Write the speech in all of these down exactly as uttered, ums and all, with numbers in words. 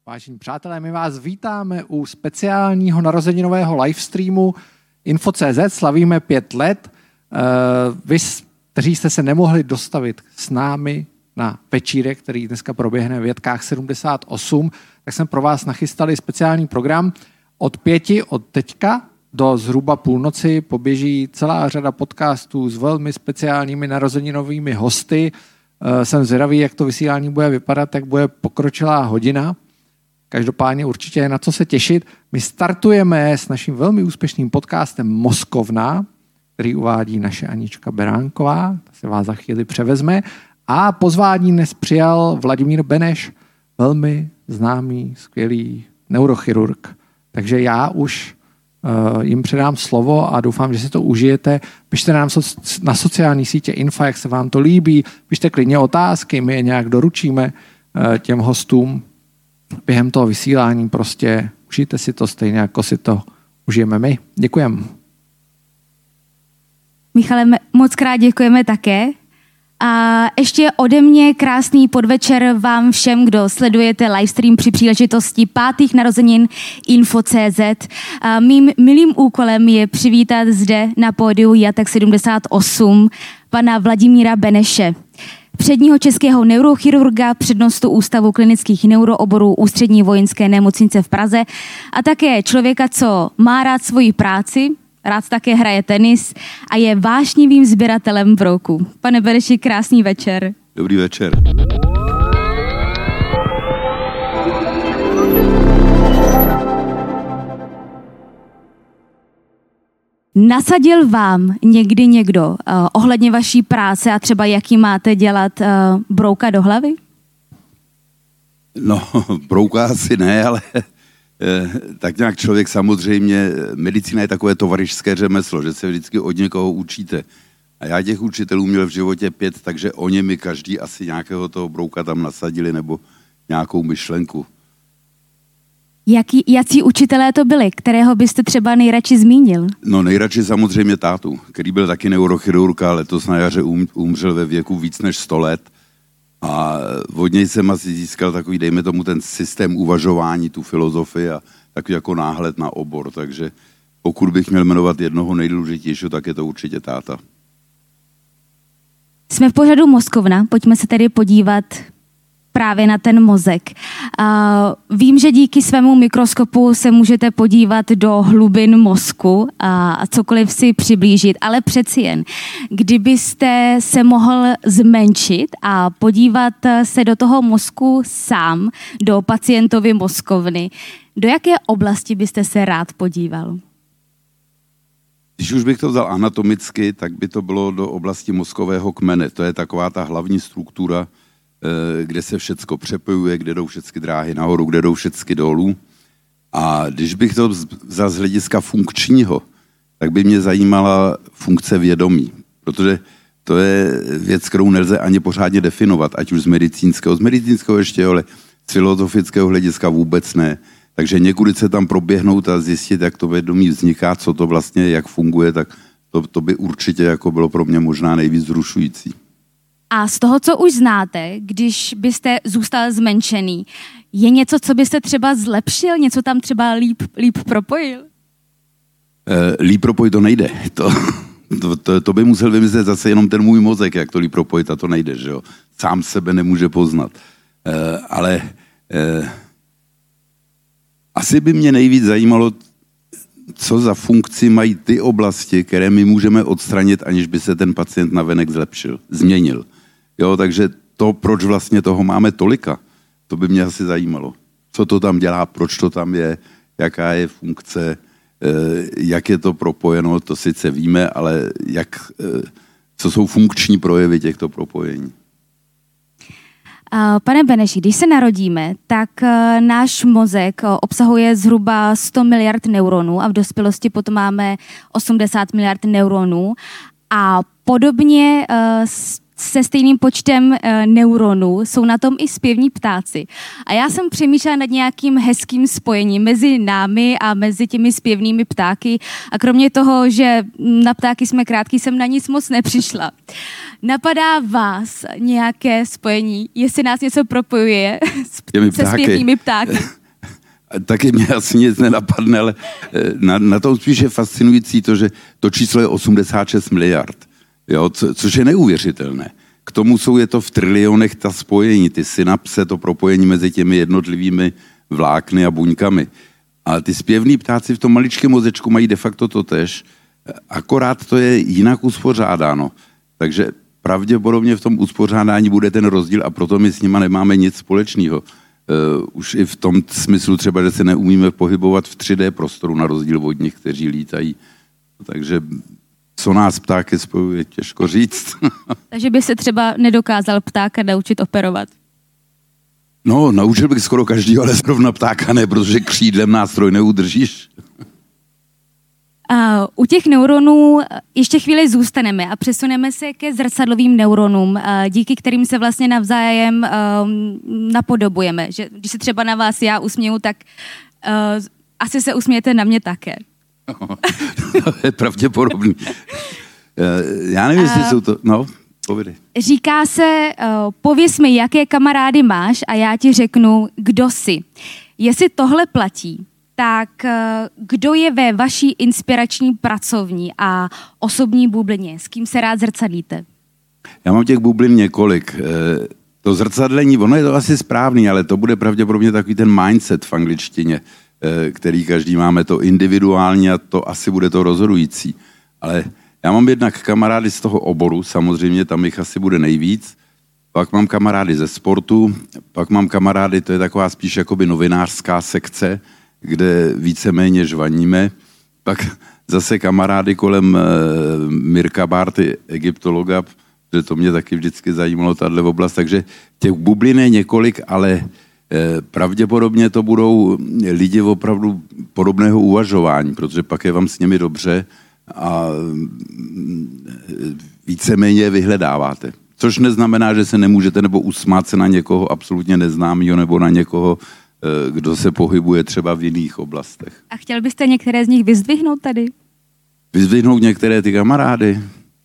Vážení přátelé, my vás vítáme u speciálního narozeninového livestreamu Info tečka cé zet. Slavíme pět let. Vy, kteří jste se nemohli dostavit s námi na večírek, který dneska proběhne v Větkách sedmdesát osm, tak jsme pro vás nachystali speciální program. Od pěti, od teďka do zhruba půlnoci poběží celá řada podcastů s velmi speciálními narozeninovými hosty. Jsem zvědavý, jak to vysílání bude vypadat, jak bude pokročilá hodina. Každopádně určitě je na co se těšit. My startujeme s naším velmi úspěšným podcastem Moskovna, který uvádí naše Anička Beránková, ta se vás za chvíli převezme. A pozvání dnes přijal Vladimír Beneš, velmi známý, skvělý neurochirurg. Takže já už uh, jim předám slovo a doufám, že si to užijete. Pište nám so- na sociální sítě info, jak se vám to líbí. Pište klidně otázky, my je nějak doručíme uh, těm hostům. Během toho vysílání prostě užijte si to stejně, jako si to užijeme my. Děkujeme. Michale, moc krát děkujeme také. A ještě ode mě krásný podvečer vám všem, kdo sledujete livestream při příležitosti pátých narozenin Info tečka cé zet. A mým milým úkolem je přivítat zde na pódiu Jatek sedmdesát osm pana Vladimíra Beneše, předního českého neurochirurga, přednostu Ústavu klinických neurooborů Ústřední vojenské nemocnice v Praze a také člověka, co má rád svoji práci, rád také hraje tenis a je vášnivým sběratelem brouků. Pane Beneši, krásný večer. Dobrý večer. Nasadil vám někdy někdo uh, ohledně vaší práce a třeba jaký máte dělat uh, brouka do hlavy? No, brouka asi ne, ale tak nějak člověk samozřejmě, medicína je takové tovarišské řemeslo, že se vždycky od někoho učíte. A já těch učitelů měl v životě pět, takže oni mi každý asi nějakého toho brouka tam nasadili nebo nějakou myšlenku. Jaký, jací učitelé to byli, kterého byste třeba nejradši zmínil? No nejradši samozřejmě tátu, který byl taky neurochirurg, ale letos na jaře um, umřel ve věku víc než sto let. A od něj jsem asi získal takový, dejme tomu, ten systém uvažování, tu filozofii a takový jako náhled na obor. Takže pokud bych měl jmenovat jednoho nejdůležitějšího, tak je to určitě táta. Jsme v pořadu Moskovna, pojďme se tedy podívat právě na ten mozek. Uh, vím, že díky svému mikroskopu se můžete podívat do hlubin mozku a, a cokoliv si přiblížit, ale přeci jen, kdybyste se mohl zmenšit a podívat se do toho mozku sám, do pacientovy mozkovny, do jaké oblasti byste se rád podíval? Když už bych to vzal anatomicky, tak by to bylo do oblasti mozkového kmene. To je taková ta hlavní struktura, kde se všecko přepojuje, kde jdou všechny dráhy nahoru, kde jdou všechny dolů. A když bych to vzal z hlediska funkčního, tak by mě zajímala funkce vědomí, protože to je věc, kterou nelze ani pořádně definovat, ať už z medicínského, z medicínského ještě, ale z filozofického hlediska vůbec ne. Takže někudy se tam proběhnout a zjistit, jak to vědomí vzniká, co to vlastně, jak funguje, tak to, to by určitě jako bylo pro mě možná nejvíc vzrušující. A z toho, co už znáte, když byste zůstal zmenšený, je něco, co byste třeba zlepšil? Něco tam třeba líp, líp propojil? E, líp propojit to nejde. To, to, to, to by musel vymyslet zase jenom ten můj mozek, jak to líp propojit, a to nejde, že jo. Sám sebe nemůže poznat. E, ale e, asi by mě nejvíc zajímalo, co za funkci mají ty oblasti, které my můžeme odstranit, aniž by se ten pacient navenek zlepšil, změnil. Jo, takže to, proč vlastně toho máme tolika, to by mě asi zajímalo. Co to tam dělá, proč to tam je, jaká je funkce, jak je to propojeno, to sice víme, ale jak, co jsou funkční projevy těchto propojení. Pane Beneši, když se narodíme, tak náš mozek obsahuje zhruba sto miliard neuronů a v dospělosti potom máme osmdesát miliard neuronů a podobně se stejným počtem neuronů jsou na tom i zpěvní ptáci. A já jsem přemýšlela nad nějakým hezkým spojením mezi námi a mezi těmi zpěvnými ptáky a kromě toho, že na ptáky jsme krátký, jsem na nic moc nepřišla. Napadá vás nějaké spojení, jestli nás něco propojuje se zpěvnými ptáky? taky mě asi nic nenapadne, ale na, na tom spíš je fascinující to, že to číslo je osmdesát šest miliard, jo, co, což je neuvěřitelné. K tomu jsou je to v trilionech ta spojení, ty synapse, to propojení mezi těmi jednotlivými vlákny a buňkami. Ale ty zpěvní ptáci v tom maličkém mozečku mají de facto totéž, akorát to je jinak uspořádáno. Takže pravděpodobně v tom uspořádání bude ten rozdíl a proto my s nima nemáme nic společného. Uh, už i v tom smyslu třeba, že se neumíme pohybovat v tři dé prostoru na rozdíl od nich, kteří lítají. Takže co nás ptáky spojuje, těžko říct. Takže by se třeba nedokázal ptáka naučit operovat? No, naučil bych skoro každýho, ale zrovna ptáka ne, protože křídlem nástroj neudržíš. Uh, u těch neuronů ještě chvíli zůstaneme a přesuneme se ke zrcadlovým neuronům, uh, díky kterým se vlastně navzájem uh, napodobujeme. Že, když se třeba na vás já usměju, tak uh, asi se usmějete na mě také. No, to je pravděpodobný. Já nevím, jestli uh, jsou to... No, povědej. Říká se, uh, pověz mi, jaké kamarády máš a já ti řeknu, kdo jsi. Jestli tohle platí, tak kdo je ve vaší inspirační pracovní a osobní bublině? S kým se rád zrcadlíte? Já mám těch bublin několik. To zrcadlení, ono je to asi správný, ale to bude pravděpodobně takový ten mindset v angličtině, který každý máme, to individuální a to asi bude to rozhodující. Ale já mám jednak kamarády z toho oboru, samozřejmě tam jich asi bude nejvíc. Pak mám kamarády ze sportu, pak mám kamarády, to je taková spíš jakoby novinářská sekce, kde víceméně žvaníme. Pak zase kamarády kolem e, Mirka Bárty, egyptologa, že to mě taky vždycky zajímalo, tato oblast. Takže těch bublin je několik, ale e, pravděpodobně to budou lidi opravdu podobného uvažování, protože pak je vám s nimi dobře a víceméně vyhledáváte. Což neznamená, že se nemůžete nebo usmát se na někoho absolutně neznámého nebo na někoho, kdo se pohybuje třeba v jiných oblastech. A chtěl byste některé z nich vyzdvihnout tady? Vyzdvihnout některé ty kamarády?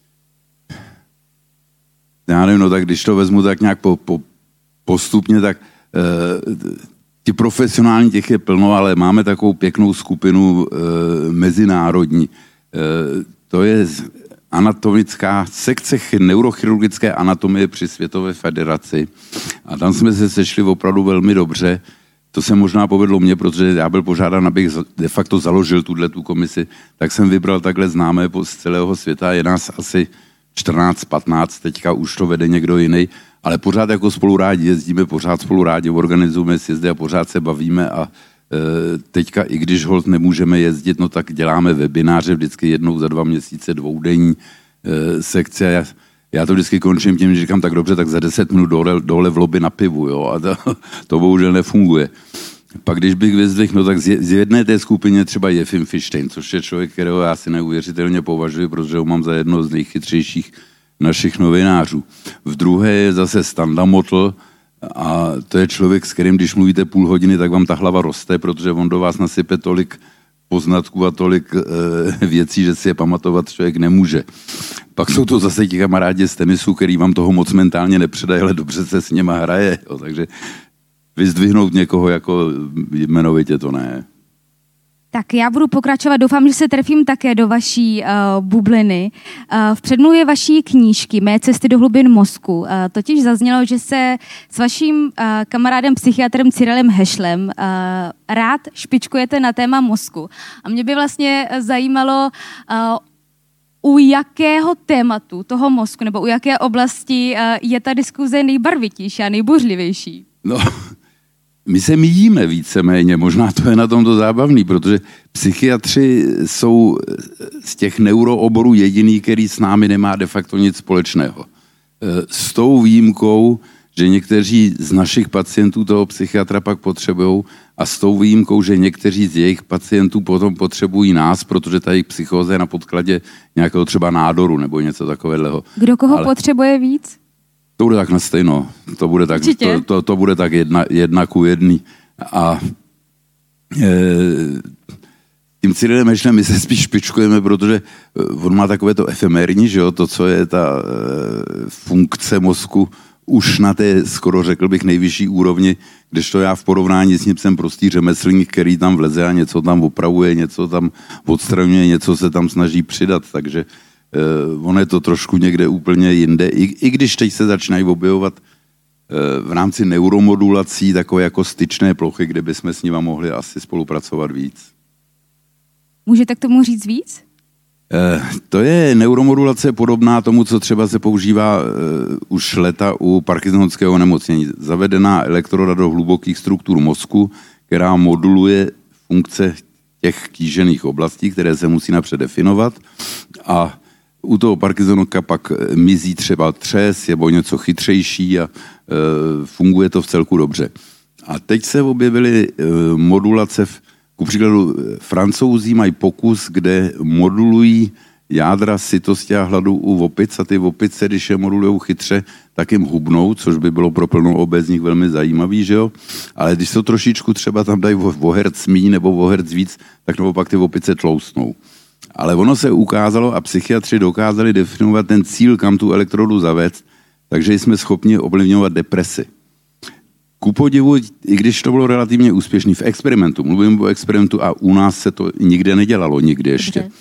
Já nevím, no tak když to vezmu tak nějak po, po, postupně, tak eh, ti profesionální těch je plno, ale máme takovou pěknou skupinu eh, mezinárodní. Eh, to je anatomická sekce neurochirurgické anatomie při Světové federaci. A tam jsme se sešli opravdu velmi dobře. To se možná povedlo mně, protože já byl požádán, abych de facto založil tuto komisi, tak jsem vybral takhle známé z celého světa. Je nás asi čtrnáct patnáct, teďka už to vede někdo jiný, ale pořád jako spolu rádi jezdíme, pořád spolu rádi organizujeme sjezdy a pořád se bavíme a e, teďka, i když holt nemůžeme jezdit, no tak děláme webináře vždycky jednou za dva měsíce, dvoudenní e, sekce. Já, já to vždycky končím tím, že říkám, tak dobře, tak za deset minut dole, dole v lobby na pivu, jo, a to, to bohužel nefunguje. Pak když bych vyzdvihl, no tak z jedné té skupině třeba Jefim Fištejn, což je člověk, kterého já si neuvěřitelně považuji, protože ho mám za jednoho z nejchytřejších našich novinářů. V druhé je zase Standa Motl a to je člověk, s kterým, když mluvíte půl hodiny, tak vám ta hlava roste, protože on do vás nasype tolik poznatků a tolik e, věcí, že si je pamatovat člověk nemůže. Pak jsou to zase ti kamarádi z tenisu, který vám toho moc mentálně nepředají, ale dobře se s něma hraje. Jo, takže vyzdvihnout někoho jako jmenovitě to ne. Tak já budu pokračovat, doufám, že se trefím také do vaší uh, bubliny. Uh, v předmluvě vaší knížky Mé cesty do hlubin mozku uh, totiž zaznělo, že se s vaším uh, kamarádem psychiatrem Cyrilem Hešlem uh, rád špičkujete na téma mozku. A mě by vlastně zajímalo, uh, u jakého tématu toho mozku nebo u jaké oblasti uh, je ta diskuze nejbarvitější a nejbuřlivější? No... My se míjíme víceméně, možná to je na tom to zábavný, protože psychiatři jsou z těch neurooborů jediný, který s námi nemá de facto nic společného. S tou výjimkou, že někteří z našich pacientů toho psychiatra pak potřebují a s tou výjimkou, že někteří z jejich pacientů potom potřebují nás, protože ta jejich psychóza je na podkladě nějakého třeba nádoru nebo něco takového. Kdo koho Ale... potřebuje víc? To bude tak na stejno. To bude tak, to, to, to bude tak jedna, jedna ku jedný. A e, tím Cyrilem Hešlem my se spíš špičkujeme, protože on má takové to efemérní, že jo, to, co je ta e, funkce mozku. už na té, skoro řekl bych, nejvyšší úrovni, kdežto já v porovnání s ním jsem prostý řemeslník, který tam vleze a něco tam opravuje, něco tam odstraňuje, něco se tam snaží přidat, takže uh, ono je to trošku někde úplně jinde, I, i když teď se začínají objevovat uh, v rámci neuromodulací takové jako styčné plochy, kde bychom s nima mohli asi spolupracovat víc. Můžete k tomu říct víc? To je neuromodulace podobná tomu, co třeba se používá uh, už leta u parkinsonského onemocnění. Zavedená elektroda do hlubokých struktur mozku, která moduluje funkce těch kýžených oblastí, které se musí napřed definovat. A u toho Parkinsonovka pak mizí třeba třes, nebo něco chytřejší a uh, funguje to v celku dobře. A teď se objevily uh, modulace v Ku příkladu, Francouzi mají pokus, kde modulují jádra sytosti a hladu u opic a ty opice, když je modulují chytře, tak jim hubnou, což by bylo pro plnou obézních velmi zajímavý, že jo? Ale když to trošičku třeba tam dají o herc míň nebo o herc víc, tak naopak ty opice tloustnou. Ale ono se ukázalo a psychiatři dokázali definovat ten cíl, kam tu elektrodu zavést, takže jsme schopni ovlivňovat depresi. Ku podivu, i když to bylo relativně úspěšný v experimentu, mluvím o experimentu a u nás se to nikde nedělalo, nikdy ještě. Dobře.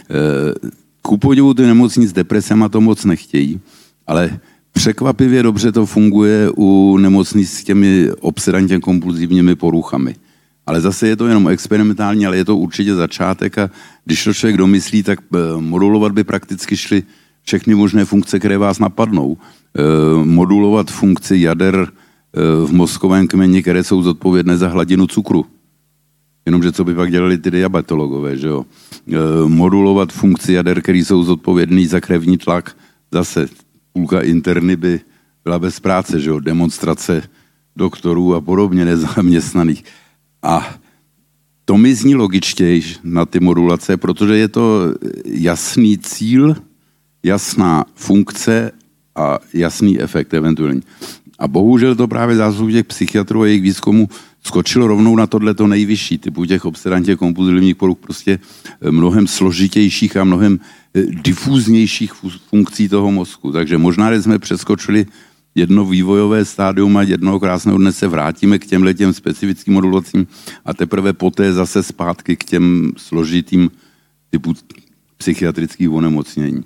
Ku podivu ty nemocní s depresema to moc nechtějí, ale překvapivě dobře to funguje u nemocných s těmi obsedantně kompulzivními poruchami. Ale zase je to jenom experimentální, ale je to určitě začátek a když to člověk domyslí, tak modulovat by prakticky šly všechny možné funkce, které vás napadnou. Modulovat funkci jader v mozkovém kmeni, které jsou zodpovědné za hladinu cukru. Jenomže co by pak dělali ty diabetologové, že jo? E, modulovat funkci jader, které jsou zodpovědný za krevní tlak, zase půlka interny by byla bez práce, že jo? Demonstrace doktorů a podobně nezaměstnaných. A to mi zní logičtěji na ty modulace, protože je to jasný cíl, jasná funkce a jasný efekt eventuální. A bohužel to právě zásluhu těch psychiatrů a jejich výzkumu skočilo rovnou na tohleto nejvyšší, typu těch obsedantně kompulzivních poruch, prostě mnohem složitějších a mnohem difúznějších funkcí toho mozku. Takže možná, že jsme přeskočili jedno vývojové stádium a jednoho krásného dne se vrátíme k těmhletěm specifickým modulacím a teprve poté zase zpátky k těm složitým typu psychiatrických onemocnění.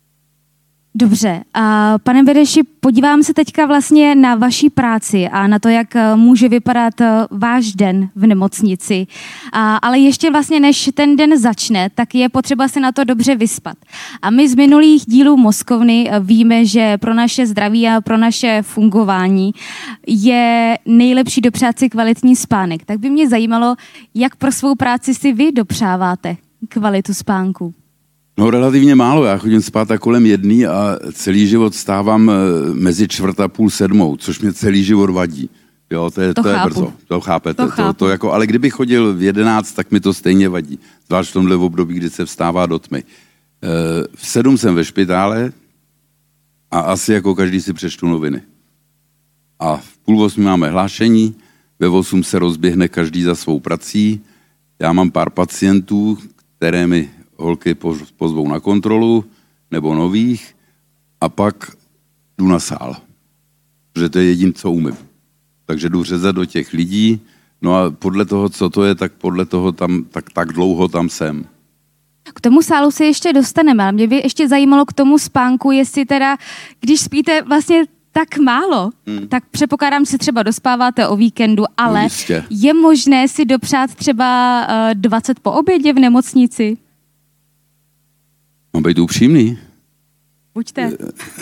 Dobře. A pane Bereši, podívám se teďka vlastně na vaší práci a na to, jak může vypadat váš den v nemocnici. A, ale ještě vlastně, než ten den začne, tak je potřeba se na to dobře vyspat. A my z minulých dílů Mozkovny víme, že pro naše zdraví a pro naše fungování je nejlepší dopřát si kvalitní spánek. Tak by mě zajímalo, jak pro svou práci si vy dopřáváte kvalitu spánku. No relativně málo, já chodím spát tak kolem jedný a celý život stávám mezi čtvrt a půl sedmou, což mě celý život vadí. Jo, to je, to to je brzo, to chápete. To, to, to jako, ale kdyby chodil v jedenáct, tak mi to stejně vadí. Zvlášť v tomhle období, kdy se vstává do tmy. V sedm jsem ve špitále a asi jako každý si přečtu noviny. A v půl osmi máme hlášení, ve osm se rozběhne každý za svou prací. Já mám pár pacientů, které mi holky pozvou na kontrolu, nebo nových, a pak jdu na sál. Protože to je jediné, co umím. Takže jdu řezat do těch lidí, no a podle toho, co to je, tak podle toho tam, tak, tak dlouho tam jsem. K tomu sálu se ještě dostaneme, ale mě by ještě zajímalo k tomu spánku, jestli teda, když spíte vlastně tak málo, hmm. tak předpokládám, že třeba dospáváte o víkendu, ale no je možné si dopřát třeba uh, dvacet po obědě v nemocnici? Mám být upřímný. Buďte.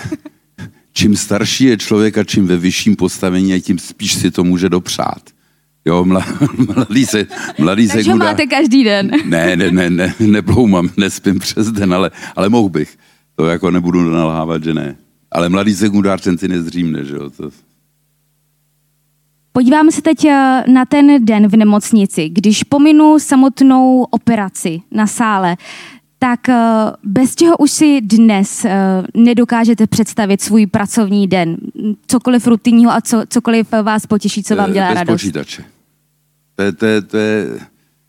Čím starší je člověk a čím ve vyšším postavení, tím spíš si to může dopřát. Jo, mladý se... Mladý Takže ho máte každý den. Ne, ne, ne, ne, nebloumám, nespím přes den, ale, ale mohl bych. To jako nebudu nalhávat, že ne. Ale mladý sekundár ten si nezdřímne, že jo. To... Podíváme se teď na ten den v nemocnici. Když pominu samotnou operaci na sále, tak bez čeho už si dnes nedokážete představit svůj pracovní den? Cokoliv rutinního a co, cokoliv vás potěší, co vám dělá bez radost? Bez počítače. To je, to je, to je...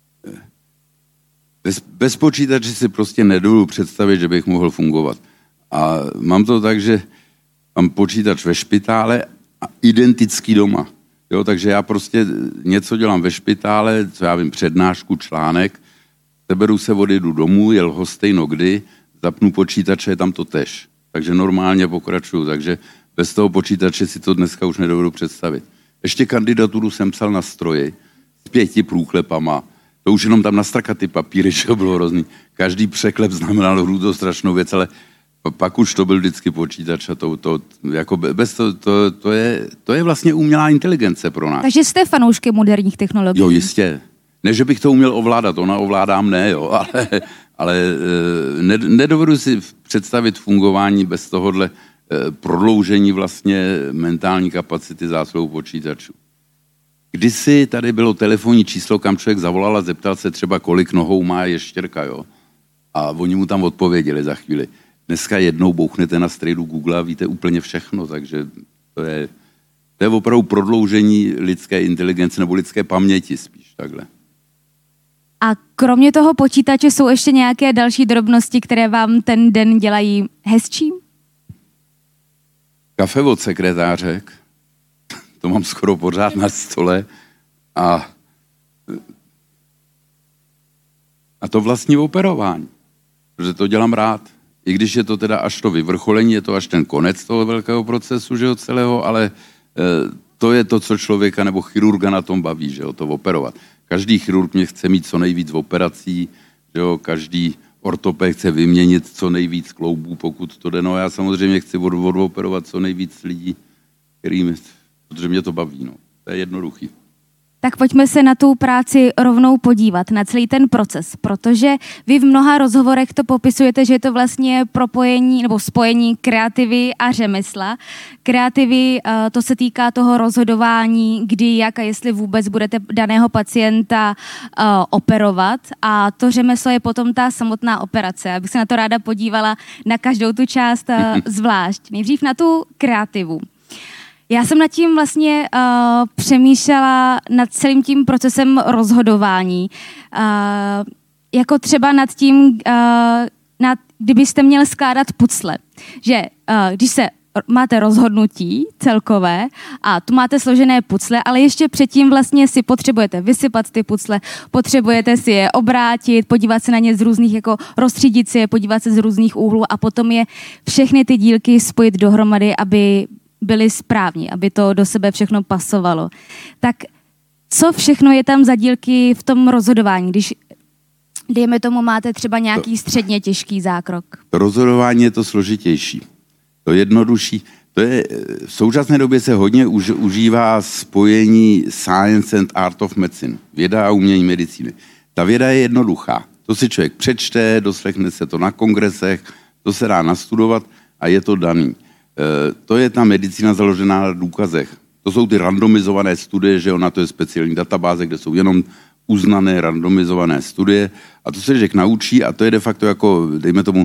Bez, bez počítače si prostě nedovedu představit, že bych mohl fungovat. A mám to tak, že mám počítač ve špitále a identický doma. Jo, takže já prostě něco dělám ve špitále, co já vím, přednášku, článek, seberu se, odjedu domů, jel hostejno kdy, zapnu počítače, je tam to tež. Takže normálně pokračuju, takže bez toho počítače si to dneska už nedovedu představit. Ještě kandidaturu jsem psal na stroji s pěti průklepama. To už jenom tam nastrkat ty papíry, že bylo hrozný. Každý překlep znamenal hrůzo strašnou věc, ale pak už to byl vždycky počítač a to, to, jako bez to, to, to, je, to je vlastně umělá inteligence pro nás. Takže jste fanoušky moderních technologií? Jo, jistě. Ne, že bych to uměl ovládat, ona ovládá mne, jo, ale, ale ne, nedovedu si představit fungování bez tohohle prodloužení vlastně mentální kapacity zásluhou počítačů. Kdysi tady bylo telefonní číslo, kam člověk zavolal a zeptal se třeba, kolik nohou má ještěrka, jo. A oni mu tam odpověděli za chvíli. Dneska jednou bouchnete na strejdu Google a víte úplně všechno, takže to je, to je opravdu prodloužení lidské inteligence nebo lidské paměti spíš takhle. A kromě toho počítače jsou ještě nějaké další drobnosti, které vám ten den dělají hezčím? Kafe od sekretářek, to mám skoro pořád na stole a, a to vlastní operování, protože to dělám rád. I když je to teda až to vyvrcholení, je to až ten konec toho velkého procesu, že jo, celého, ale e, to je to, co člověka nebo chirurga na tom baví, že jo, to operovat. Každý chirurg mě chce mít co nejvíc operací, že jo, každý ortoped chce vyměnit co nejvíc kloubů, pokud to jde. No já samozřejmě chci od, odoperovat co nejvíc lidí, kterým, protože mě to baví, no. To je jednoduchý. Tak pojďme se na tu práci rovnou podívat, na celý ten proces, protože vy v mnoha rozhovorech to popisujete, že je to vlastně propojení nebo spojení kreativy a řemesla. Kreativy, to se týká toho rozhodování, kdy, jak a jestli vůbec budete daného pacienta operovat, a to řemeslo je potom ta samotná operace. Já bych se na to ráda podívala na každou tu část zvlášť. Nejdřív na tu kreativu. Já jsem nad tím vlastně uh, přemýšlela nad celým tím procesem rozhodování. Uh, jako třeba nad tím, uh, nad, kdybyste měl skládat pucle. Že uh, když se máte rozhodnutí celkové a tu máte složené pucle, ale ještě předtím vlastně si potřebujete vysypat ty pucle, potřebujete si je obrátit, podívat se na ně z různých, jako rozstřídit si je, podívat se z různých úhlů a potom je všechny ty dílky spojit dohromady, aby byly správní, aby to do sebe všechno pasovalo. Tak co všechno je tam za dílky v tom rozhodování, když, dejme tomu, máte třeba nějaký středně těžký zákrok? To rozhodování je to složitější. To jednodušší. To je, v současné době se hodně už, užívá spojení science and art of medicine. Věda a umění medicíny. Ta věda je jednoduchá. To si člověk přečte, doslechne se to na kongresech, to se dá nastudovat a je to daný. To je ta medicína založená na důkazech. To jsou ty randomizované studie, že ona to je speciální databáze, kde jsou jenom uznané randomizované studie a to se člověk naučí a to je de facto jako, dejme tomu,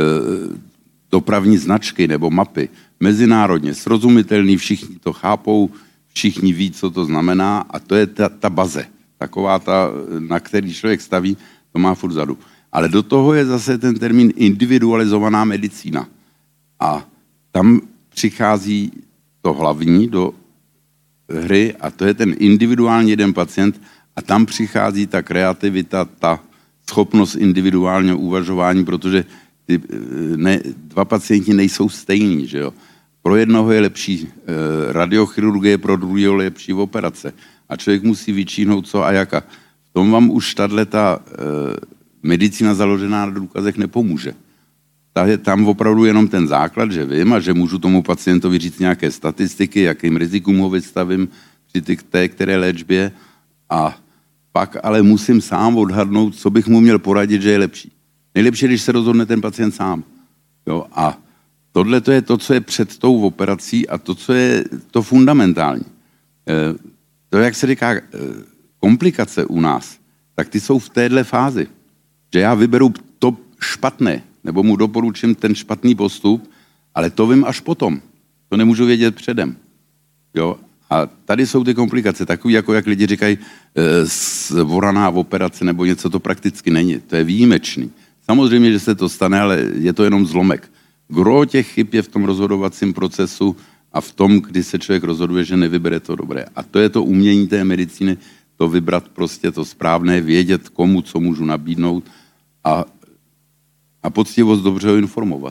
dopravní značky nebo mapy. Mezinárodně srozumitelný, všichni to chápou, všichni ví, co to znamená a to je ta, ta baze. Taková ta, na který člověk staví, to má furt vzadu. Ale do toho je zase ten termín individualizovaná medicína. A tam přichází to hlavní do hry a to je ten individuální jeden pacient a tam přichází ta kreativita, ta schopnost individuálního uvažování, protože ty ne, dva pacienti nejsou stejní, že jo. Pro jednoho je lepší eh, radiochirurgie, pro druhého lepší operace a člověk musí vyčíhnout co a jaka. V tom vám už tato eh, medicína založená na důkazech nepomůže. Je tam opravdu jenom ten základ, že vím a že můžu tomu pacientovi říct nějaké statistiky, jakým rizikům ho vystavím při té které léčbě a pak ale musím sám odhadnout, co bych mu měl poradit, že je lepší. Nejlepší, když se rozhodne ten pacient sám. Jo, a tohle to je to, co je před tou operací a to, co je to fundamentální. E, to, jak se říká, e, komplikace u nás, tak ty jsou v téhle fázi. Že já vyberu to špatné, nebo mu doporučím ten špatný postup, ale to vím až potom. To nemůžu vědět předem. Jo? A tady jsou ty komplikace, takový, jako jak lidi říkají, zvoraná operace nebo něco, to prakticky není. To je výjimečný. Samozřejmě, že se to stane, ale je to jenom zlomek. Gro těch chyb je v tom rozhodovacím procesu a v tom, kdy se člověk rozhoduje, že nevybere to dobré. A to je to umění té medicíny, to vybrat prostě to správné, vědět komu, co můžu nabídnout a, a poctivost dobře ho informovat.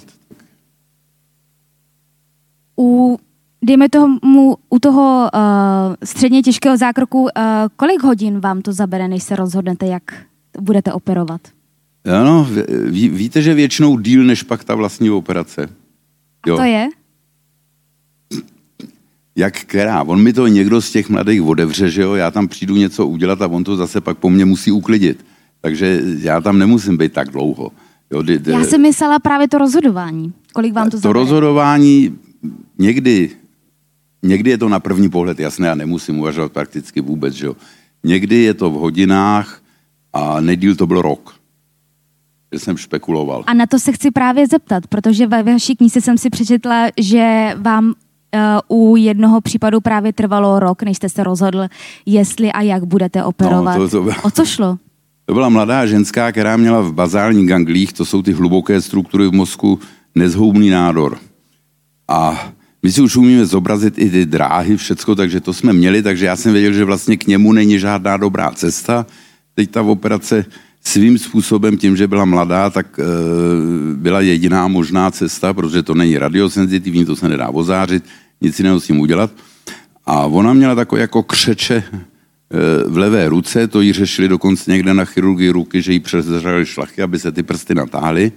U, dejme tomu, u toho uh, středně těžkého zákroku, uh, kolik hodin vám to zabere, než se rozhodnete, jak budete operovat? Ano, ví, víte, že většinou díl než pak ta vlastní operace. Jo. A to je? Jak která? On mi to někdo z těch mladých otevře, že jo? Já tam přijdu něco udělat a on to zase pak po mně musí uklidit. Takže já tam nemusím být tak dlouho. Jo, d- d- já jsem myslela právě to rozhodování. Kolik vám to, to zabere? To rozhodování někdy, někdy je to na první pohled jasné a nemusím uvažovat prakticky vůbec, že jo? Někdy je to v hodinách a nejdýl to byl rok. Že jsem špekuloval. A na to se chci právě zeptat, protože ve vaší knížce jsem si přečetla, že vám uh, u jednoho případu právě trvalo rok, než jste se rozhodl, jestli a jak budete operovat. No, to, to byla, o co šlo? To byla mladá ženská, která měla v bazálních ganglích, to jsou ty hluboké struktury v mozku, nezhoubný nádor. A my si už umíme zobrazit i ty dráhy, všecko, takže to jsme měli, takže já jsem věděl, že vlastně k němu není žádná dobrá cesta. Teď ta operace svým způsobem, tím, že byla mladá, tak e, byla jediná možná cesta, protože to není radiosenzitivní, to se nedá ozářit, nic jiného s tím udělat. A ona měla takové jako křeče e, v levé ruce, to jí řešili dokonce někde na chirurgii ruky, že jí přeřezali šlachy, aby se ty prsty natáhly.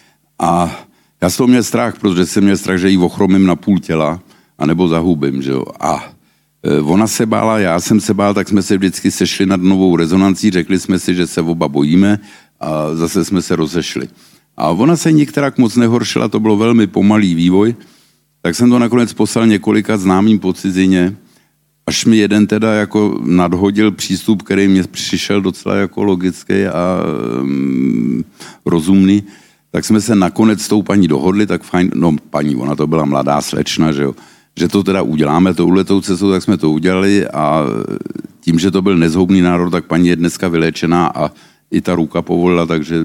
A já z toho měl strach, protože jsem měl strach, že jí ochromím na půl těla, anebo zahubím, že jo. A ona se bála, já jsem se bál, tak jsme se vždycky sešli nad novou rezonancí, řekli jsme si, že se oba bojíme a zase jsme se rozešli. A ona se nikterak moc nehoršila, to bylo velmi pomalý vývoj, tak jsem to nakonec poslal několika známým po cizině, až mi jeden teda jako nadhodil přístup, který mě přišel docela jako logický a um, rozumný, tak jsme se nakonec s tou paní dohodli, tak fajn, no paní, ona to byla mladá slečna, že jo, že to teda uděláme touhletou cestou, tak jsme to udělali a tím, že to byl nezhoubný nádor, tak paní je dneska vyléčená a i ta ruka povolila, takže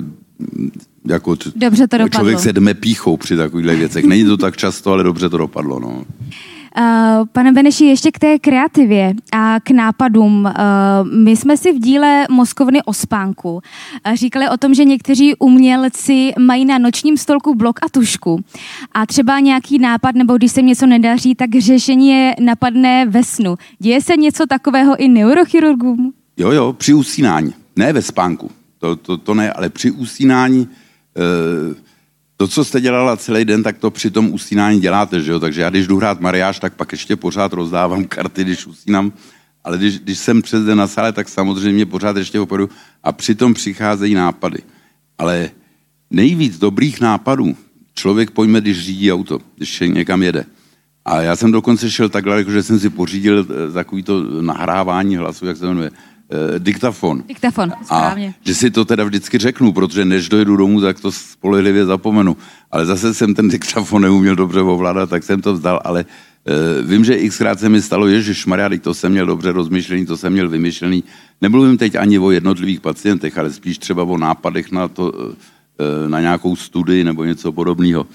jako dobře to dopadlo. Člověk se dme pýchou při takovýchhle věcech. Není to tak často, ale dobře to dopadlo. No. Uh, pane Beneši, ještě k té kreativě a k nápadům. Uh, my jsme si v díle Mozkovny o spánku uh, říkali o tom, že někteří umělci mají na nočním stolku blok a tužku a třeba nějaký nápad, nebo když se jim něco nedaří, tak řešení je napadne ve snu. Děje se něco takového i neurochirurgům? Jo, jo, při usínání. Ne ve spánku. To, to, to ne, ale při usínání uh, to, co jste dělala celý den, tak to při tom usínání děláte, že jo? Takže já, když jdu hrát mariáž, tak pak ještě pořád rozdávám karty, když usínám, ale když, když jsem přes den na sále, tak samozřejmě pořád ještě operuju a přitom přicházejí nápady. Ale nejvíc dobrých nápadů člověk pojme, když řídí auto, když někam jede. A já jsem dokonce šel tak daleko, že jsem si pořídil takový to nahrávání hlasu, jak se jmenuje, diktafon. Diktafon, správně. A že si to teda vždycky řeknu, protože než dojedu domů, tak to spolehlivě zapomenu. Ale zase jsem ten diktafon neuměl dobře ovládat, tak jsem to vzdal, ale uh, vím, že xkrát se mi stalo, ježišmarja, to jsem měl dobře rozmyšlený, to jsem měl vymyšlený. Nemluvím teď ani o jednotlivých pacientech, ale spíš třeba o nápadech na to, uh, na nějakou studii nebo něco podobného.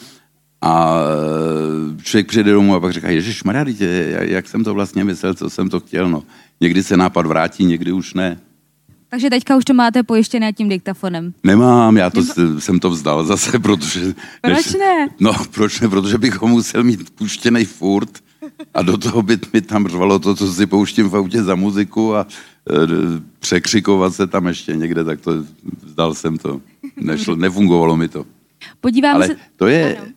A člověk přijde domů a pak říká, ježišmarja, jak jsem to vlastně myslel, co jsem to chtěl, no. Někdy se nápad vrátí, někdy už ne. Takže teďka už to máte pojištěné tím diktafonem. Nemám, já to, Nemá... jsem to vzdal zase, protože... Proč než, ne? No, proč ne, protože bych ho musel mít puštěnej furt a do toho by mi tam řvalo to, co si pouštím v autě za muziku a e, překřikovat se tam ještě někde, tak to vzdal jsem to. Nešlo, nefungovalo mi to. Podívám Ale se... to je... Ano.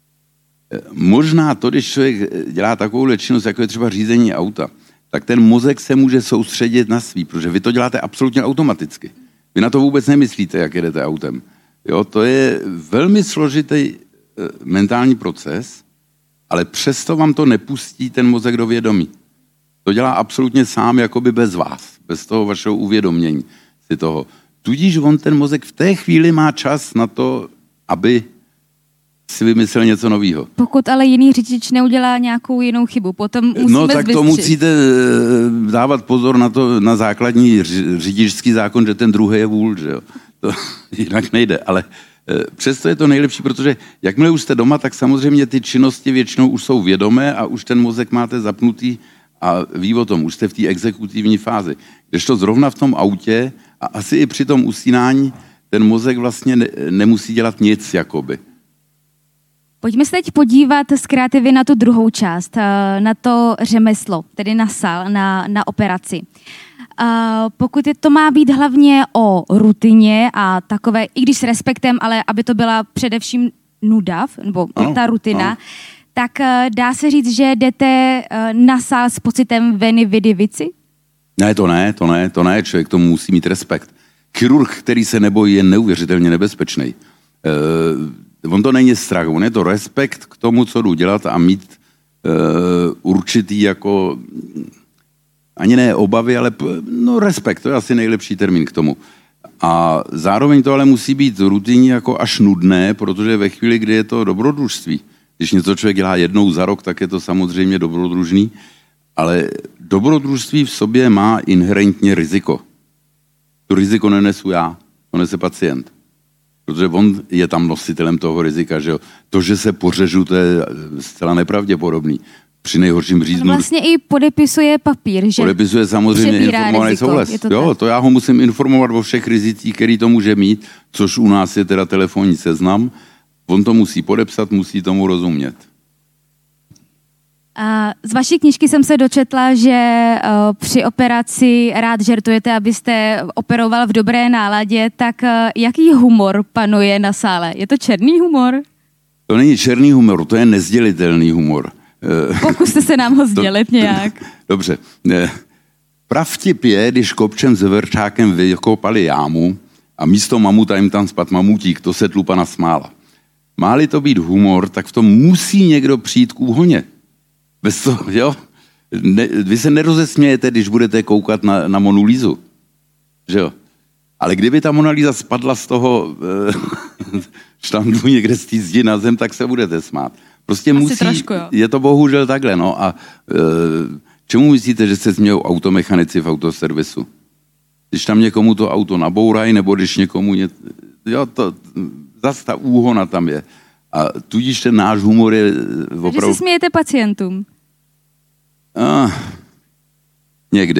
Možná to, když člověk dělá takovou činnost, jako je třeba řízení auta, tak ten mozek se může soustředit na svý, protože vy to děláte absolutně automaticky. Vy na to vůbec nemyslíte, jak jedete autem. Jo, to je velmi složitý e, mentální proces, ale přesto vám to nepustí ten mozek do vědomí. To dělá absolutně sám, jakoby bez vás, bez toho vašeho uvědomění si toho. Tudíž on ten mozek v té chvíli má čas na to, aby si vymyslel něco nového. Pokud ale jiný řidič neudělá nějakou jinou chybu, potom musíme No tak zbystřit. To musíte dávat pozor na to, na základní řidičský zákon, že ten druhý je vůl, že jo. To jinak nejde, ale přesto je to nejlepší, protože jakmile už jste doma, tak samozřejmě ty činnosti většinou už jsou vědomé a už ten mozek máte zapnutý a ví o tom, už jste v té exekutivní fázi. Kdežto zrovna v tom autě a asi i při tom usínání ten mozek vlastně ne, nemusí dělat nic, jakoby. Pojďme se teď podívat z kreativy na tu druhou část, na to řemeslo, tedy na sál, na, na operaci. Pokud je to má být hlavně o rutině a takové, i když s respektem, ale aby to byla především nuda, nebo ano, ta rutina, ano. Tak dá se říct, že jdete na sál s pocitem veny vidy vici? Ne, to ne, to ne, to ne, člověk tomu musí mít respekt. Chirurg, který se nebojí, je neuvěřitelně nebezpečný. Uh, on to není strach, on je to respekt k tomu, co jdu dělat a mít uh, určitý jako, ani ne obavy, ale no respekt, to je asi nejlepší termín k tomu. A zároveň to ale musí být rutinní jako až nudné, protože ve chvíli, kdy je to dobrodružství, když něco člověk dělá jednou za rok, tak je to samozřejmě dobrodružný, ale dobrodružství v sobě má inherentně riziko. To riziko nenesu já, to nese pacient. Protože on je tam nositelem toho rizika, že jo. To, že se pořežu, to je zcela nepravděpodobný. Při nejhorším říznu. Vlastně i podepisuje papír, že? Podepisuje samozřejmě informovaný souhlas. To jo, to já ho musím informovat o všech rizicích, který to může mít, což u nás je teda telefonní seznam. On to musí podepsat, musí tomu rozumět. Z vaší knížky jsem se dočetla, že při operaci rád žertujete, abyste operoval v dobré náladě, tak jaký humor panuje na sále? Je to černý humor? To není černý humor, to je nezdělitelný humor. Pokuste se nám ho sdělit to, nějak. Dobře. Pravtip je, když Kopčem s Verčákem vykopali jámu a místo mamuta jim tam spad mamutík, to se tlupana smála. Má-li to být humor, tak v tom musí někdo přijít k úhoně. Bez toho, jo? Ne, vy se nerozesmějete, když budete koukat na, na Monu Lízu. Že jo? Ale kdyby ta Mona Lisa spadla z toho e, štandu někde z té zdi na zem, tak se budete smát. Prostě Asi musí, trošku, jo. Je to bohužel takhle, no. A e, čemu myslíte, že se smějou automechanici v autoservisu? Když tam někomu to auto nabourají, nebo když někomu ně... Jo, to... Zas ta úhona tam je. A tudíž ten náš humor je opravdu... Takže se smějete pacientům? Ah, někdy.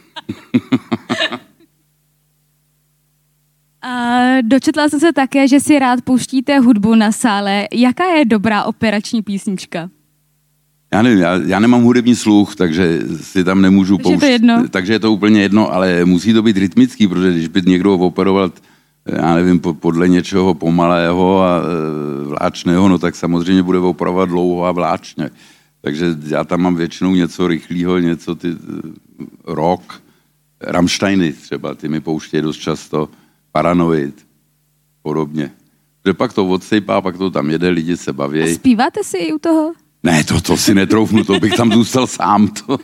A dočetla jsem se také, že si rád pouštíte hudbu na sále. Jaká je dobrá operační písnička? Já nevím, já, já nemám hudební sluch, takže si tam nemůžu pouštět. Takže je to jedno. Takže je to úplně jedno, ale musí to být rytmický, protože když by někdo operoval, já nevím, podle něčeho pomalého a vláčného, no tak samozřejmě bude operovat dlouho a vláčně. Takže já tam mám většinou něco rychlého, něco ty rock, Rammsteiny třeba, ty mi pouštějí dost často, Paranoid, podobně. Že pak to odsejpá, pak to tam jede, lidi se baví. A zpíváte si i u toho? Ne, to, to si netroufnu, to bych tam zůstal sám. To.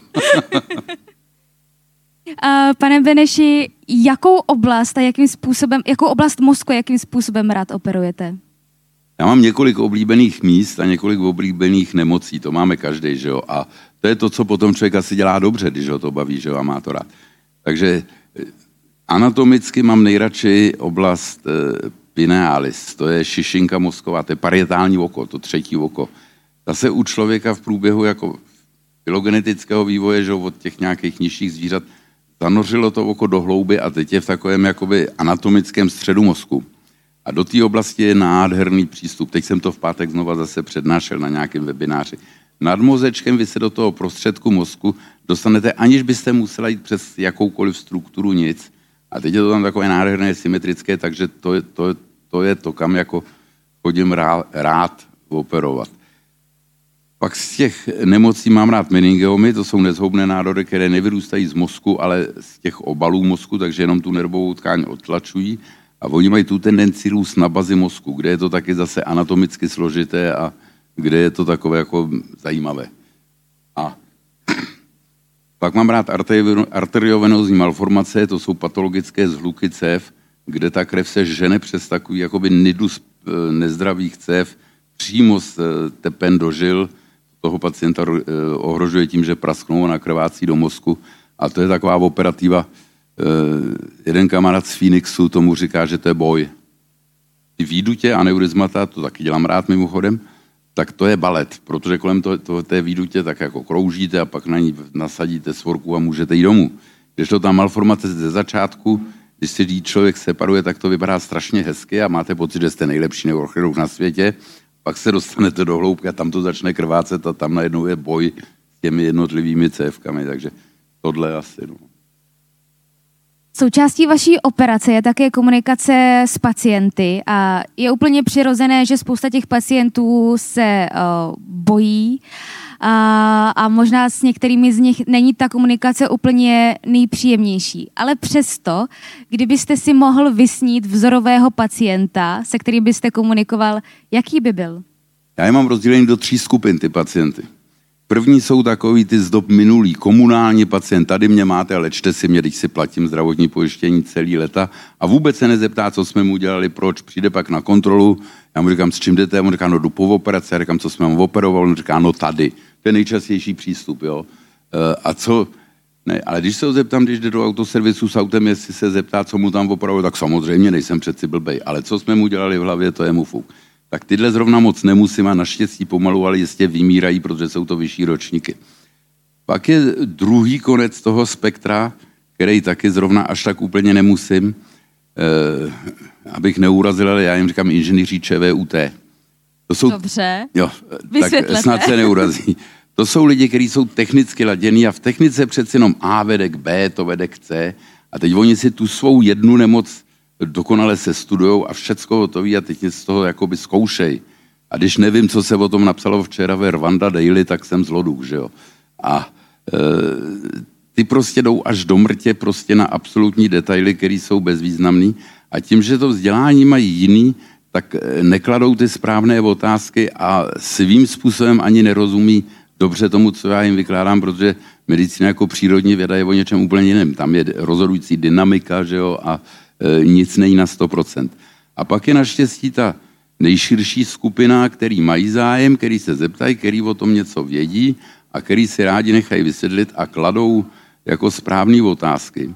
Uh, pane Beneši, jakou oblast a jakým způsobem, jakou oblast mozku, jakým způsobem rád operujete? Já mám několik oblíbených míst a několik oblíbených nemocí, to máme každý, že jo, a to je to, co potom člověk asi dělá dobře, když ho to baví, že jo, a má to rád. Takže anatomicky mám nejradši oblast eh, pinealis, to je šišinka mozková, to je parietální oko, to třetí oko. Zase u člověka v průběhu jako filogenetického vývoje, že od těch nějakých nižších zvířat, zanořilo to oko do hlouby a teď je v takovém jakoby anatomickém středu mozku. A do té oblasti je nádherný přístup. Teď jsem to v pátek znova zase přednášel na nějakém webináři. Nad mozečkem vy se do toho prostředku mozku dostanete, aniž byste musela jít přes jakoukoliv strukturu nic. A teď je to tam takové nádherné, symetrické, takže to je to, to, je to kam jako chodím rád, rád operovat. Pak z těch nemocí mám rád meningiomy, to jsou nezhoubné nádory, které nevyrůstají z mozku, ale z těch obalů mozku, takže jenom tu nervovou tkáň odtlačují. A oni mají tu tendenci růst na bazi mozku, kde je to taky zase anatomicky složité a kde je to takové jako zajímavé. A pak mám rád arteriovenózní malformace, to jsou patologické zhluky cév, kde ta krev se žene přes takový jakoby nidus nezdravých cév přímo z tepen do žil. Toho pacienta ohrožuje tím, že prasknou a nakrvácí do mozku. A to je taková operativa. Jeden kamarád z Phoenixu tomu říká, že to je boj. ty výdutě aneurizmata, to taky dělám rád mimochodem, tak to je balet, protože kolem to, to, té výdutě tak jako kroužíte a pak na ní nasadíte svorku a můžete jít domů. Když to ta malformace ze začátku, když si člověk separuje, tak to vypadá strašně hezky a máte pocit, že jste nejlepší neurochirurg na světě, pak se dostanete do hloubky a tam to začne krvácet a tam najednou je boj s těmi jednotlivými cévkami, takže tohle asi, no. Součástí vaší operace je také komunikace s pacienty a je úplně přirozené, že spousta těch pacientů se uh, bojí a, a možná s některými z nich není ta komunikace úplně nejpříjemnější. Ale přesto, kdybyste si mohl vysnít vzorového pacienta, se kterým byste komunikoval, jaký by byl? Já je mám rozdělený do tří skupin, ty pacienty. První jsou takový ty z dob minulý, komunální pacient, tady mě máte, ale čte si mě, když si platím zdravotní pojištění celý leta a vůbec se nezeptá, co jsme mu udělali, proč, přijde pak na kontrolu, já mu říkám, s čím jdete, on říká, no jdu po operaci, já říkám, co jsme mu operovali, on říká, no tady, to je nejčastější přístup, jo. A co, ne, ale když se ho zeptám, když jde do autoservisu s autem, jestli se zeptá, co mu tam operovali, tak samozřejmě nejsem přeci blbej, ale co jsme mu udělali v hlavě, to je mu fuk. Tak tyhle zrovna moc nemusím a naštěstí pomalu, ale jistě vymírají, protože jsou to vyšší ročníky. Pak je druhý konec toho spektra, který taky zrovna až tak úplně nemusím, eh, abych neurazil, ale já jim říkám inženýři ČVUT. To jsou, dobře, jo, tak snad se neurazí. To jsou lidi, kteří jsou technicky ladění a v technice přeci jenom A vede k B, to vede k C a teď oni si tu svou jednu nemoc dokonale se studujou a všecko hotový a teď z toho jakoby zkoušej. A když nevím, co se o tom napsalo včera ve Rwanda Daily, tak jsem zloduch, že jo. A e, ty prostě jdou až do mrtě prostě na absolutní detaily, které jsou bezvýznamný a tím, že to vzdělání mají jiný, tak nekladou ty správné otázky a svým způsobem ani nerozumí dobře tomu, co já jim vykládám, protože medicína jako přírodní věda je o něčem úplně jiném. Tam je rozhodující dynamika, že jo, a nic není na sto procent. A pak je naštěstí ta nejširší skupina, který mají zájem, který se zeptají, který o tom něco vědí a který si rádi nechají vysvětlit a kladou jako správné otázky.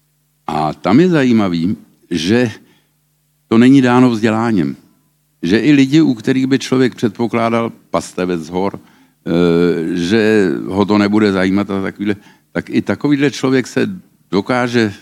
A tam je zajímavý, že to není dáno vzděláním. Že i lidi, u kterých by člověk předpokládal pastevec z hor, že ho to nebude zajímat a takovýhle, tak i takovýhle člověk se dokáže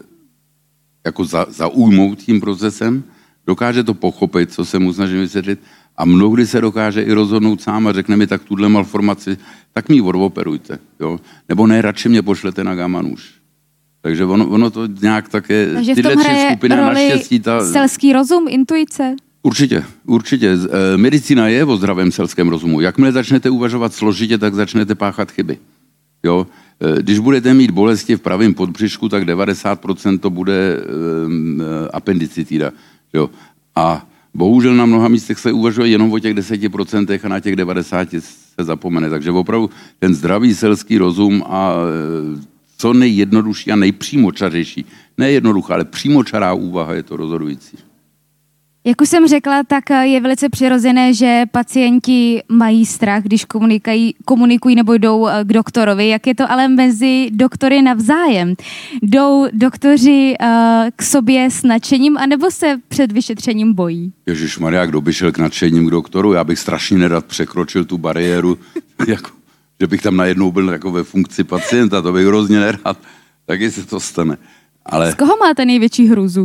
jako za, zaujmout tím procesem, dokáže to pochopit, co se mu snažím vysvětlit a mnohdy se dokáže i rozhodnout sám a řekne mi, tak tuhle malformaci, tak mi ji odoperujte, jo? Nebo ne, radši mě pošlete na gamma nůž. Takže ono, ono to nějak také, takže tyhle tři skupiny naštěstí. Ta... selský rozum, intuice? Určitě, určitě. Medicína je o zdravém selském rozumu. Jakmile začnete uvažovat složitě, tak začnete páchat chyby. Jo? Když budete mít bolesti v pravém podbřišku, tak devadesát procent to bude um, appendicitida. Jo? A bohužel na mnoha místech se uvažuje jenom o těch deseti procentech a na těch devadesáti se zapomene. Takže opravdu ten zdravý selský rozum a co nejjednodušší a nejpřímočařejší, ne jednoduchá, ale přímočará úvaha je to rozhodující. Jak už jsem řekla, tak je velice přirozené, že pacienti mají strach, když komunikují, komunikují nebo jdou k doktorovi. Jak je to ale mezi doktory navzájem? Jdou doktoři uh, k sobě s nadšením, anebo se před vyšetřením bojí? Ježišmarja, kdo by šel k nadšením k doktoru? Já bych strašně nerad překročil tu bariéru, jako, že bych tam najednou byl jako ve funkci pacienta, to bych hrozně nerad. Taky se to stane. Ale... Z koho máte největší hrůzu?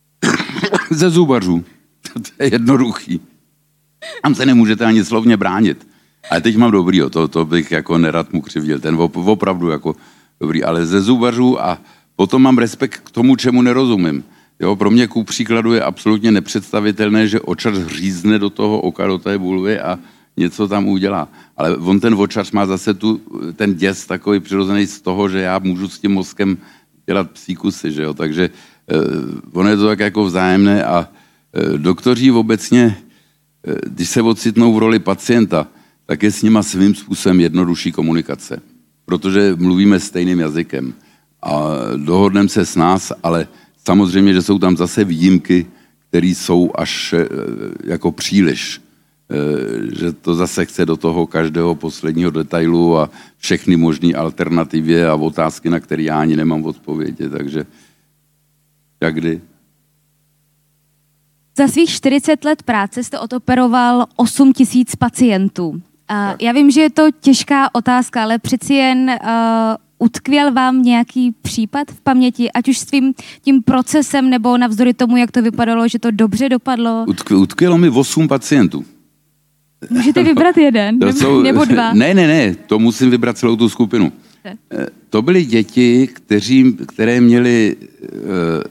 Ze zubařů. To je jednoduchý. Tam se nemůžete ani slovně bránit. Ale teď mám dobrýho, to, to bych jako nerad mu křivdil. Ten opravdu jako dobrý. Ale ze zubařů a potom mám respekt k tomu, čemu nerozumím. Jo, pro mě ku příkladu je absolutně nepředstavitelné, že očař hřízne do toho oka, do té bulvy a něco tam udělá. Ale on ten očař má zase tu, ten děs takový přirozený z toho, že já můžu s tím mozkem dělat psí kusy, že jo. Takže eh, ono je to tak jako vzájemné a eh, doktoři obecně, eh, když se ocitnou v roli pacienta, tak je s nima svým způsobem jednodušší komunikace. Protože mluvíme stejným jazykem a dohodneme se s nás, ale samozřejmě, že jsou tam zase výjimky, které jsou až eh, jako příliš. Že to zase chce do toho každého posledního detailu a všechny možné alternativy a otázky, na které já ani nemám odpovědi, takže jak kdy. Za svých čtyřicet let práce jste odoperoval osm tisíc pacientů. Uh, já vím, že je to těžká otázka, ale přeci jen uh, utkvěl vám nějaký případ v paměti, ať už s tvým tím procesem, nebo navzdory tomu, jak to vypadalo, že to dobře dopadlo? Utkvělo mi osm pacientů. Můžete vybrat jeden, to nebo, jsou, nebo dva. Ne, ne, ne, to musím vybrat celou tu skupinu. Ne. To byly děti, kteří, které měly uh,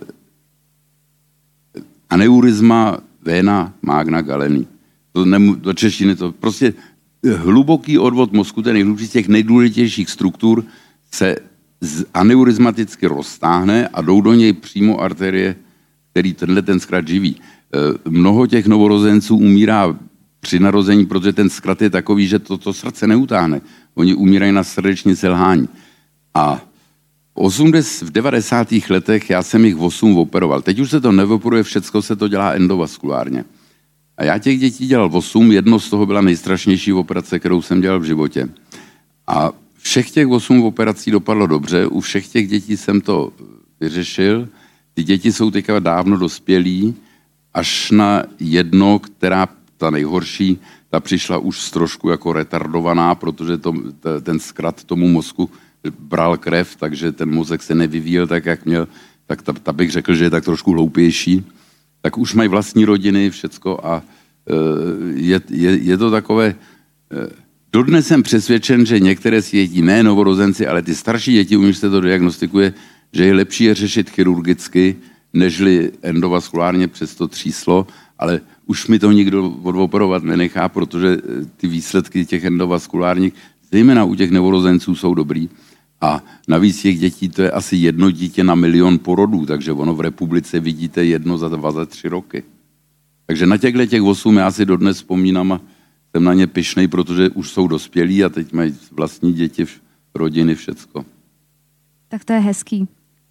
aneurisma vena magna galeni. To, nemu, do češtiny to prostě hluboký odvod mozku, ten nejhlubší z těch nejdůležitějších struktur, se aneurismaticky roztáhne a jdou do něj přímo arterie, který tenhle ten zkrat živí. Uh, mnoho těch novorozenců umírá při narození, protože ten zkrat je takový, že to, to srdce neutáhne. Oni umírají na srdeční selhání. A v devadesátých letech já jsem jich osm operoval. Teď už se to neoperuje, všecko se to dělá endovaskulárně. A já těch dětí dělal osm, jedno z toho byla nejstrašnější operace, kterou jsem dělal v životě. A všech těch osm operací dopadlo dobře, u všech těch dětí jsem to vyřešil. Ty děti jsou teďka dávno dospělí, až na jedno, která ta nejhorší, ta přišla už z trošku jako retardovaná, protože to, ten zkrat tomu mozku bral krev, takže ten mozek se nevyvíjel tak, jak měl, tak ta, ta bych řekl, že je tak trošku hloupější. Tak už mají vlastní rodiny, všecko a je, je, je to takové... Dodnes jsem přesvědčen, že některé z dětí, ne novorozenci, ale ty starší děti, u nich se to diagnostikuje, že je lepší je řešit chirurgicky, nežli endovaskulárně přes to tříslo, ale už mi to nikdo odoperovat nenechá, protože ty výsledky těch endovaskulárních, zejména u těch novorozenců, jsou dobrý. A navíc těch dětí, to je asi jedno dítě na milion porodů, takže ono v republice vidíte jedno za dva, za tři roky. Takže na těchto těch osm já si dodnes vzpomínám a jsem na ně pyšnej, protože už jsou dospělí a teď mají vlastní děti, rodiny, všecko. Tak to je hezký.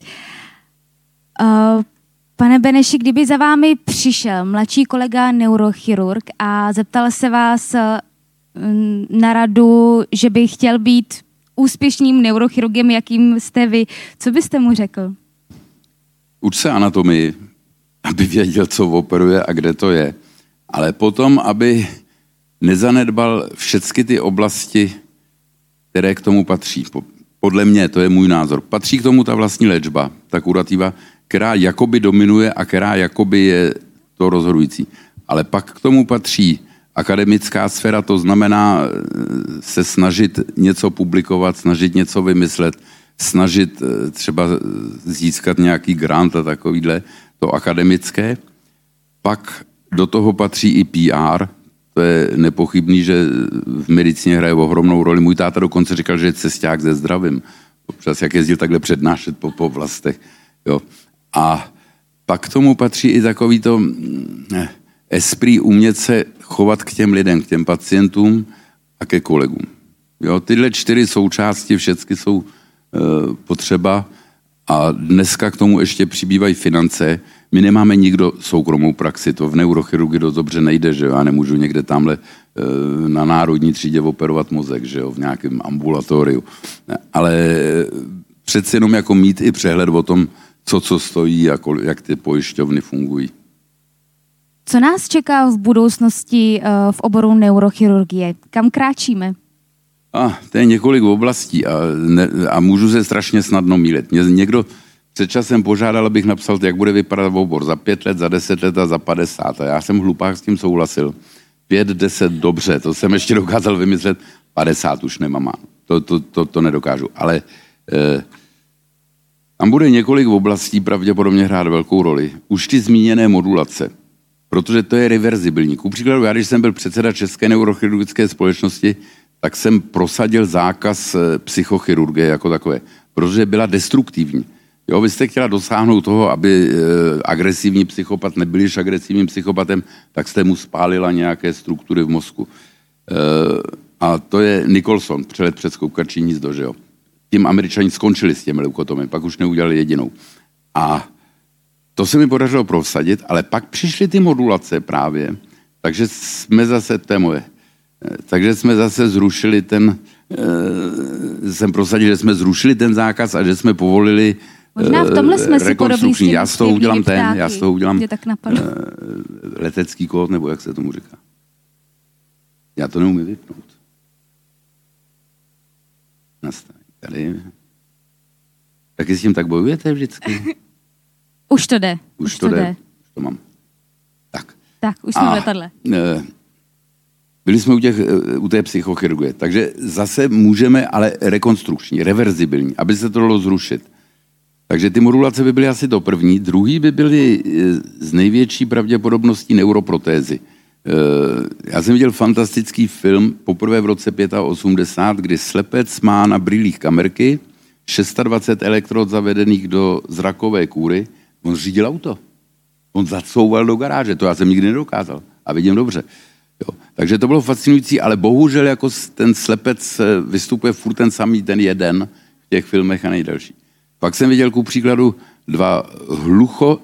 Uh... Pane Beneši, kdyby za vámi přišel mladší kolega neurochirurg a zeptal se vás na radu, že by chtěl být úspěšným neurochirurgem, jakým jste vy, co byste mu řekl? Uč se anatomii, aby věděl, co operuje a kde to je. Ale potom, aby nezanedbal všechny ty oblasti, které k tomu patří. Podle mě, to je můj názor. Patří k tomu ta vlastní léčba, ta kurativa, která jakoby dominuje a která jakoby je to rozhodující. Ale pak k tomu patří akademická sféra, to znamená se snažit něco publikovat, snažit něco vymyslet, snažit třeba získat nějaký grant a takovýhle, to akademické. Pak do toho patří i P R, to je nepochybný, že v medicíně hraje ohromnou roli. Můj táta dokonce říkal, že je cesták ze zdravím. Občas jak jezdil takhle přednášet po, po vlastech. Jo. A pak k tomu patří i takový to esprit umět se chovat k těm lidem, k těm pacientům a ke kolegům. Jo, tyhle čtyři součásti všechny jsou e, potřeba a dneska k tomu ještě přibývají finance. My nemáme nikdo soukromou praxi, to v neurochirurgii dost dobře nejde, že jo? Já nemůžu někde tamhle e, na národní třídě operovat mozek, že jo? V nějakém ambulatoriu. Ale přeci jenom jako mít i přehled o tom, co co stojí a kol, jak ty pojišťovny fungují. Co nás čeká v budoucnosti uh, v oboru neurochirurgie? Kam kráčíme? A, to je několik oblastí a, ne, a můžu se strašně snadno mýlit. Mě někdo před časem požádal, abych napsal, jak bude vypadat obor za pět let, za deset let a za padesát. A já jsem hlupák s tím souhlasil. Pět, deset, dobře, to jsem ještě dokázal vymyslet. Padesát už nemám. To, to, to, to nedokážu. Ale eh, tam bude několik oblastí pravděpodobně hrát velkou roli. Už ty zmíněné modulace, protože to je reverzibilní. Ku příkladu, já když jsem byl předseda České neurochirurgické společnosti, tak jsem prosadil zákaz psychochirurgie jako takové, protože byla destruktivní. Jo, vy jste chtěla dosáhnout toho, aby e, agresivní psychopat nebyl již agresivním psychopatem, tak jste mu spálila nějaké struktury v mozku. E, a to je Nicholson, přelet přes koukačí hnízdo, že jo. Tím Američani skončili s těmi leukotomy, pak už neudělali jedinou. A to se mi podařilo prosadit, ale pak přišly ty modulace právě, takže jsme zase, to je moje, takže jsme zase zrušili ten, e, jsem prosadil, že jsme zrušili ten zákaz a že jsme povolili Možná v tomhle jsme si podobní. Já z toho udělám ten, ptáky. já z toho udělám tak uh, letecký kód, nebo jak se tomu říká. Já to neumím vypnout. Nastavení tady. Taky s tím tak bojujete vždycky? Už to jde. Už, už to, to jde. Už to mám. Tak. Tak, už jsme v letadle. Byli jsme u, těch, u té psychochirurgie, takže zase můžeme, ale rekonstrukční, reverzibilní, aby se to dalo zrušit. Takže ty modulace by byly asi to první. Druhý by byly z největší pravděpodobností neuroprotézy. Já jsem viděl fantastický film poprvé v roce osmdesát pět, kdy slepec má na brýlích kamerky, dvacet šest elektrod zavedených do zrakové kůry. On řídil auto. On zacouval do garáže, to já jsem nikdy nedokázal. A vidím dobře. Jo. Takže to bylo fascinující, ale bohužel jako ten slepec vystupuje furt ten samý, ten jeden v těch filmech a nejdelší. Pak jsem viděl ku příkladu dva hlucho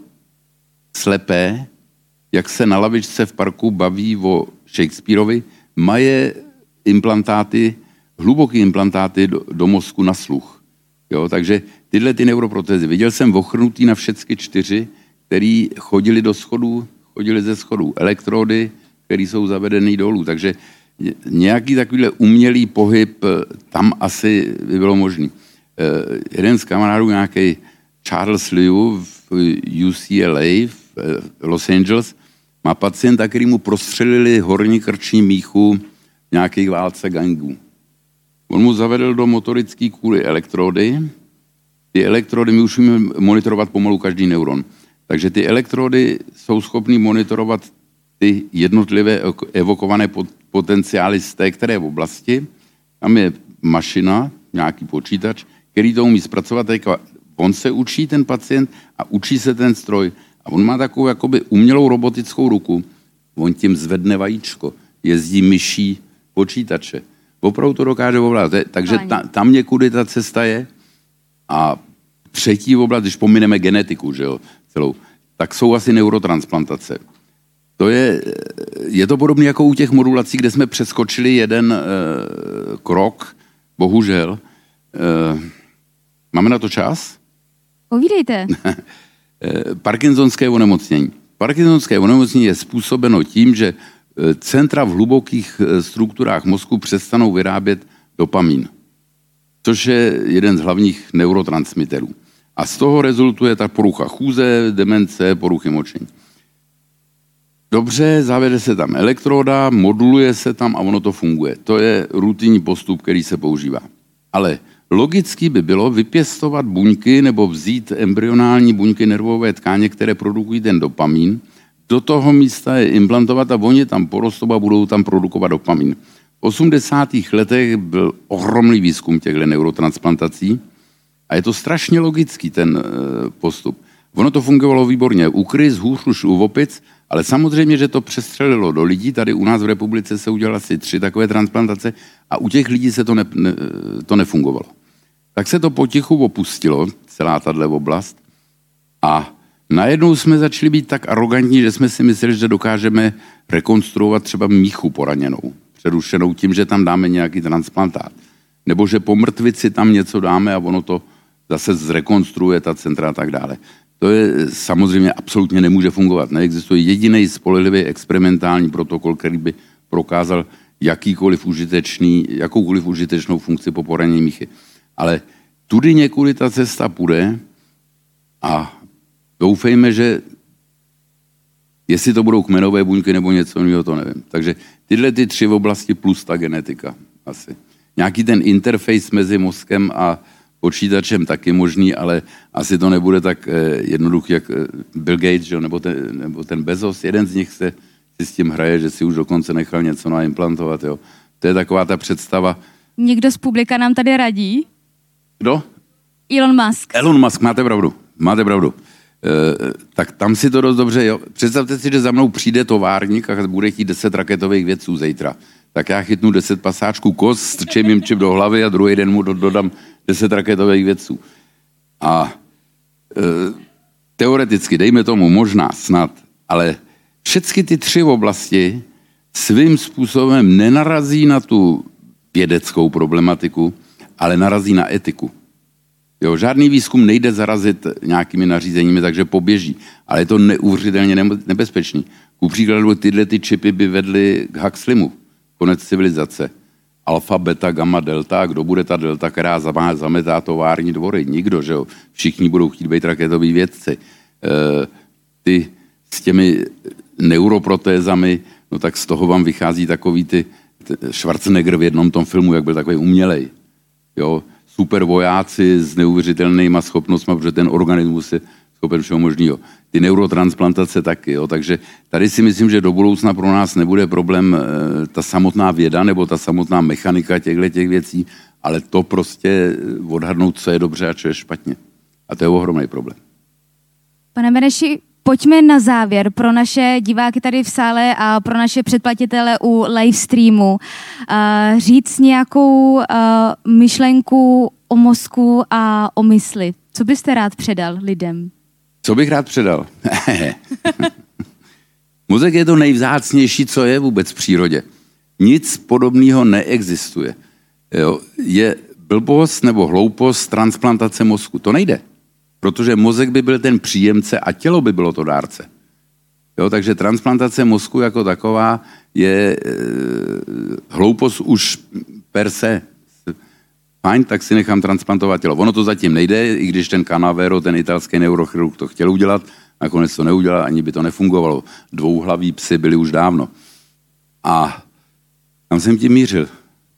slepé, jak se na lavičce v parku baví o Shakespeareovi, mají implantáty, hluboké implantáty do, do mozku na sluch. Jo, takže tyhle ty neuroprotézy. Viděl jsem ochrnutý na všechny čtyři, který chodili do schodů, chodili ze schodů. Elektrody, které jsou zavedený dolů. Takže nějaký takovýhle umělý pohyb tam asi by bylo možný. Uh, jeden z kamarádů, nějaký Charles Liu v U C L A v Los Angeles, má pacienta, který mu prostřelili horní krční míchu v nějakých válce gangů. On mu zavedl do motorické kůry elektrody. Ty elektrody, my už umíme monitorovat pomalu každý neuron. Takže ty elektrody jsou schopný monitorovat ty jednotlivé evokované potenciály z té které v oblasti. Tam je mašina, nějaký počítač, který to umí zpracovat. On se učí, ten pacient, a učí se ten stroj. A on má takovou jakoby umělou robotickou ruku. On tím zvedne vajíčko, jezdí myší počítače. Opravdu to dokáže ovládat. Takže ta, tam někudy ta cesta je. A třetí oblast, když pomineme genetiku, že jo, celou, tak jsou asi neurotransplantace. To je, je to podobné jako u těch modulací, kde jsme přeskočili jeden e, krok, bohužel. E, máme na to čas? Povídejte. Parkinsonské onemocnění. Parkinsonské onemocnění je způsobeno tím, že centra v hlubokých strukturách mozku přestanou vyrábět dopamin, což je jeden z hlavních neurotransmiterů. A z toho rezultuje ta porucha chůze, demence, poruchy močení. Dobře, zavede se tam elektroda, moduluje se tam a ono to funguje. To je rutinní postup, který se používá. Ale logicky by bylo vypěstovat buňky nebo vzít embryonální buňky nervové tkáně, které produkují ten dopamin, do toho místa je implantovat a oni tam porostou a budou tam produkovat dopamin. V osmdesátých letech byl ohromný výzkum těchto neurotransplantací a je to strašně logický ten postup. Ono to fungovalo výborně u krys, hůř už u opic, ale samozřejmě, že to přestřelilo do lidí. Tady u nás v republice se udělalo asi tři takové transplantace a u těch lidí se to, ne, ne, to nefungovalo. Tak se to potichu opustilo, celá tato oblast, a najednou jsme začali být tak arrogantní, že jsme si mysleli, že dokážeme rekonstruovat třeba míchu poraněnou, přerušenou tím, že tam dáme nějaký transplantát. Nebo že po mrtvici tam něco dáme a ono to zase zrekonstruuje ta centra a tak dále. To je samozřejmě absolutně nemůže fungovat. Neexistuje jediný spolehlivý experimentální protokol, který by prokázal jakýkoliv užitečný, jakoukoliv užitečnou funkci po poranění míchy. Ale tudy někudy ta cesta půjde a doufejme, že jestli to budou kmenové buňky nebo něco jiného, to nevím. Takže tyhle ty tři oblasti plus ta genetika asi. Nějaký ten interface mezi mozkem a počítačem taky možný, ale asi to nebude tak jednoduchý, jak Bill Gates, že? Nebo, ten, nebo ten Bezos. Jeden z nich se si s tím hraje, že si už dokonce nechal něco naimplantovat. Jo. To je taková ta představa. Někdo z publika nám tady radí? Kdo? Elon Musk. Elon Musk, máte pravdu. Máte pravdu. E, tak tam si to dost dobře, jo. Představte si, že za mnou přijde továrník a bude chtít deset raketových vědců zítra. Tak já chytnu deset pasáčků kost, strčím jim čip do hlavy a druhý den mu dodám deset raketových vědců. A e, teoreticky, dejme tomu, možná, snad, ale všechny ty tři oblasti svým způsobem nenarazí na tu vědeckou problematiku, ale narazí na etiku. Jo, žádný výzkum nejde zarazit nějakými nařízeními, takže poběží. Ale je to neuvěřitelně nebezpečný. Ku příkladu tyhle ty čipy by vedly k Huxleymu. Konec civilizace. Alfa, beta, gamma, delta. Kdo bude ta delta, která zametá tovární dvory? Nikdo, že jo? Všichni budou chtít být raketoví vědci. E, ty s těmi neuroprotézami, no tak z toho vám vychází takový ty Schwarzenegger v jednom tom filmu, jak byl takový umělej. Jo? Super vojáci s neuvěřitelnýma schopnostmi, protože ten organismus je schopen všeho možného. Ty neurotransplantace taky, jo? Takže tady si myslím, že do budoucna pro nás nebude problém e, ta samotná věda nebo ta samotná mechanika těchto těch věcí, ale to prostě odhadnout, co je dobře a co je špatně. A to je ohromný problém. Pane Beneši, pojďme na závěr pro naše diváky tady v sále a pro naše předplatitele u livestreamu uh, říct nějakou uh, myšlenku o mozku a o mysli. Co byste rád předal lidem? Co bych rád předal? Mozek je to nejvzácnější, co je vůbec v přírodě. Nic podobného neexistuje. Jo? Je blbost nebo hloupost transplantace mozku. To nejde. Protože mozek by byl ten příjemce a tělo by bylo to dárce. Jo, takže transplantace mozku jako taková je e, hloupost už per se. Fajn, tak si nechám transplantovat tělo. Ono to zatím nejde, i když ten Canavero, ten italský neurochirurg, to chtěl udělat, nakonec to neudělal, ani by to nefungovalo. Dvouhlaví psy byli už dávno. A tam jsem tím mířil.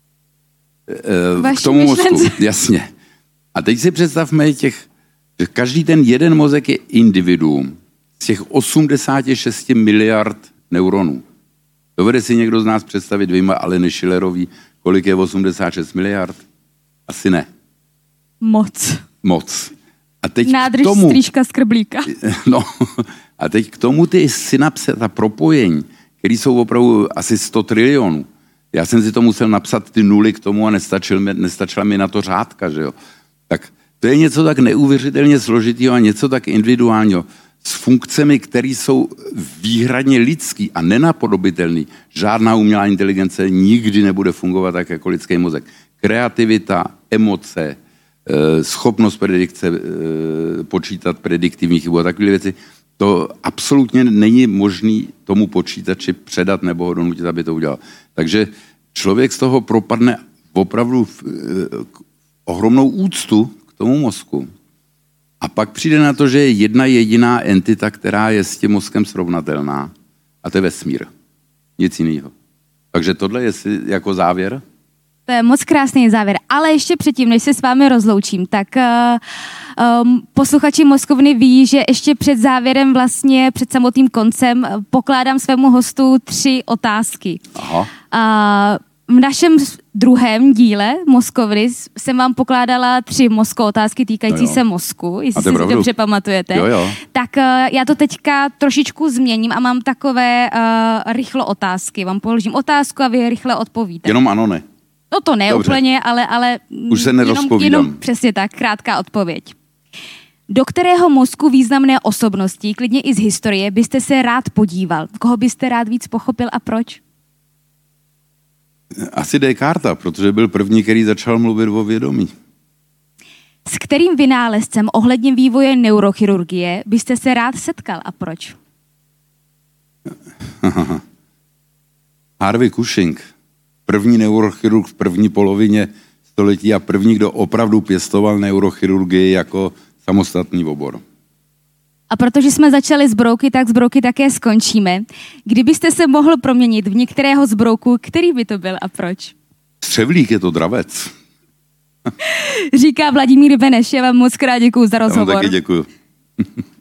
E, k tomu mozku, jasně. A teď si představme těch že každý ten jeden mozek je individuum z těch osmdesát šest miliard neuronů. Dovede si někdo z nás představit, vyjma Aleny Schillerový, kolik je osmdesát šest miliard? Asi ne. Moc. Moc. A teď Nádrž k tomu, strýška skrblíka. No, a teď k tomu ty synapse, ta propojení, které jsou opravdu asi sto trilionů. Já jsem si to musel napsat ty nuly k tomu a nestačil mi, nestačila mi na to řádka, že jo. Tak to je něco tak neuvěřitelně složitého a něco tak individuálního. S funkcemi, které jsou výhradně lidský a nenapodobitelný. Žádná umělá inteligence nikdy nebude fungovat tak jako lidský mozek. Kreativita, emoce, schopnost predikce, počítat prediktivní chybu a takové věci, to absolutně není možný tomu počítači předat nebo ho donutit, aby to udělal. Takže člověk z toho propadne opravdu ohromnou úctu tomu mozku. A pak přijde na to, že je jedna jediná entita, která je s tím mozkem srovnatelná. A to je vesmír. Nic jiného. Takže tohle je jako závěr? To je moc krásný závěr. Ale ještě předtím, než se s vámi rozloučím, tak uh, um, posluchači Mozkovny ví, že ještě před závěrem, vlastně před samotným koncem, pokládám svému hostu tři otázky. Aha. Uh, V našem druhém díle Mozkovny jsem vám pokládala tři mozko otázky týkající no se mozku, jestli si to dobře pamatujete. Jo, jo. Tak uh, já to teďka trošičku změním a mám takové uh, rychlo otázky. Vám položím otázku a vy rychle odpovíte. Jenom ano, ne? No to ne dobře. Úplně, ale, ale už se jenom, jenom přesně tak, krátká odpověď. Do kterého mozku významné osobnosti, klidně i z historie, byste se rád podíval? Koho byste rád víc pochopil a proč? Asi Descartes, protože byl první, který začal mluvit o vědomí. S kterým vynálezcem ohledně vývoje neurochirurgie byste se rád setkal a proč? Harvey Cushing, první neurochirurg v první polovině století a první, kdo opravdu pěstoval neurochirurgii jako samostatný obor. A protože jsme začali z brouky, tak z brouky také skončíme. Kdybyste se mohl proměnit v některého z brouků, který by to byl a proč? Střevlík je to dravec. Říká Vladimír Beneš, já vám moc krát děkuju za rozhovor. Já vám taky děkuju.